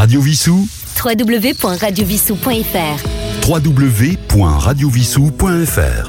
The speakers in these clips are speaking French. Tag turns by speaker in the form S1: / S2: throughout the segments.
S1: Radio Vissou,
S2: www.radiovissou.fr.
S1: www.radiovissou.fr.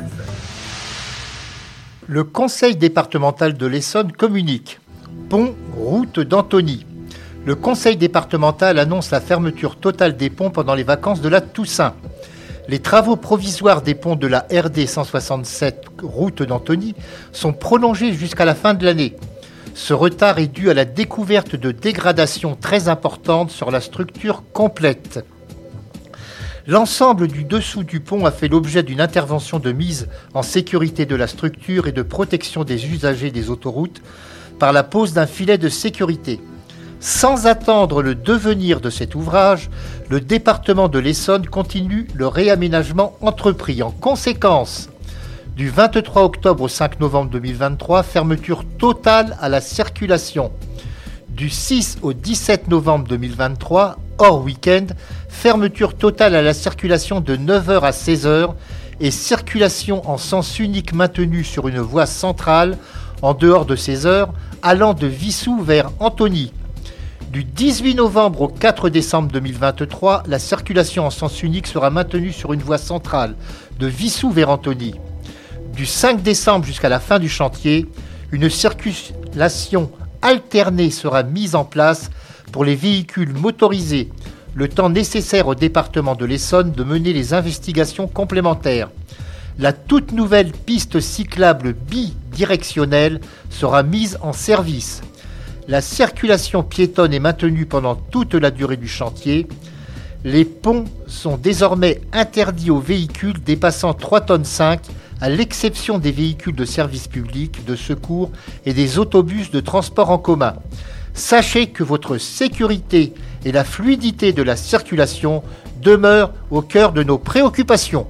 S3: Le conseil départemental de l'Essonne communique. Pont, route d'Antony. Le conseil départemental annonce la fermeture totale des ponts pendant les vacances de la Toussaint. Les travaux provisoires des ponts de la RD 167 route d'Antony sont prolongés jusqu'à la fin de l'année. Ce retard est dû à la découverte de dégradations très importantes sur la structure complète. L'ensemble du dessous du pont a fait l'objet d'une intervention de mise en sécurité de la structure et de protection des usagers des autoroutes par la pose d'un filet de sécurité. Sans attendre le devenir de cet ouvrage, le département de l'Essonne continue le réaménagement entrepris. En conséquence, du 23 octobre au 5 novembre 2023, fermeture totale à la circulation. Du 6 au 17 novembre 2023, hors week-end, fermeture totale à la circulation de 9h à 16h et circulation en sens unique maintenue sur une voie centrale en dehors de ces heures, allant de Vissou vers Antony. Du 18 novembre au 4 décembre 2023, la circulation en sens unique sera maintenue sur une voie centrale de Vissou vers Antony. Du 5 décembre jusqu'à la fin du chantier, une circulation alternée sera mise en place pour les véhicules motorisés, le temps nécessaire au département de l'Essonne de mener les investigations complémentaires. La toute nouvelle piste cyclable bidirectionnelle sera mise en service. La circulation piétonne est maintenue pendant toute la durée du chantier. Les ponts sont désormais interdits aux véhicules dépassant 3,5 tonnes, à l'exception des véhicules de service public, de secours et des autobus de transport en commun. Sachez que votre sécurité et la fluidité de la circulation demeurent au cœur de nos préoccupations.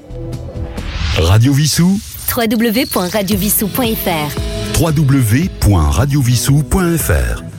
S1: Radio Vissou,
S2: www.radiovissou.fr.
S1: www.radiovissou.fr.